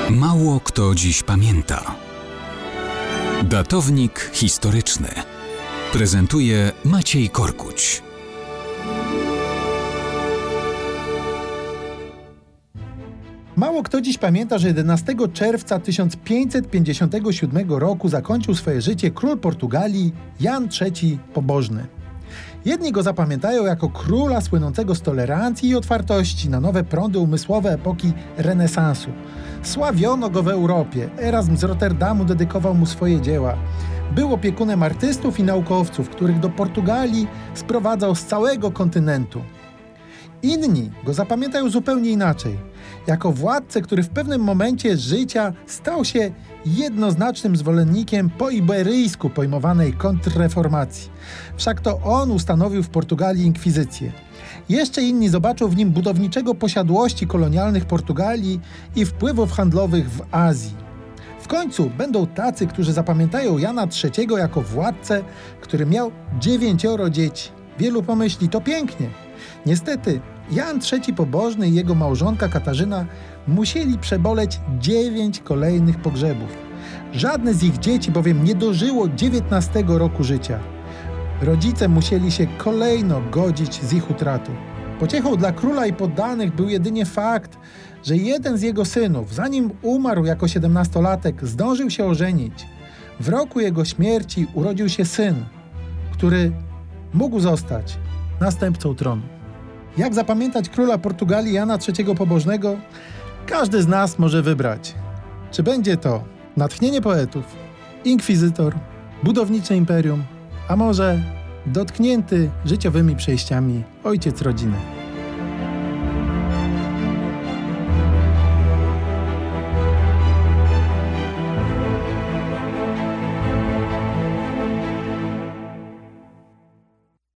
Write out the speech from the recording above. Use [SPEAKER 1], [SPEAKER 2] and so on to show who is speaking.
[SPEAKER 1] Mało kto dziś pamięta. Datownik historyczny prezentuje Maciej Korkuć.
[SPEAKER 2] Mało kto dziś pamięta, że 11 czerwca 1557 roku zakończył swoje życie król Portugalii Jan III Pobożny. Jedni go zapamiętają jako króla słynącego z tolerancji i otwartości na nowe prądy umysłowe epoki renesansu. Sławiono go w Europie, Erasm z Rotterdamu dedykował mu swoje dzieła. Był opiekunem artystów i naukowców, których do Portugalii sprowadzał z całego kontynentu. Inni go zapamiętają zupełnie inaczej. Jako władcę, który w pewnym momencie życia stał się jednoznacznym zwolennikiem po iberyjsku pojmowanej kontrreformacji. Wszak to on ustanowił w Portugalii inkwizycję. Jeszcze inni zobaczą w nim budowniczego posiadłości kolonialnych Portugalii i wpływów handlowych w Azji. W końcu będą tacy, którzy zapamiętają Jana III jako władcę, który miał 9 dzieci. Wielu pomyśli, to pięknie. Niestety, Jan III Pobożny i jego małżonka Katarzyna musieli przeboleć 9 kolejnych pogrzebów. Żadne z ich dzieci bowiem nie dożyło 19 roku życia. Rodzice musieli się kolejno godzić z ich utratą. Pociechą dla króla i poddanych był jedynie fakt, że jeden z jego synów, zanim umarł jako 17-latek, zdążył się ożenić. W roku jego śmierci urodził się syn, który mógł zostać następcą tronu. Jak zapamiętać króla Portugalii Jana III Pobożnego? Każdy z nas może wybrać. Czy będzie to natchnienie poetów, inkwizytor, budownicze imperium, a może dotknięty życiowymi przejściami ojciec rodziny.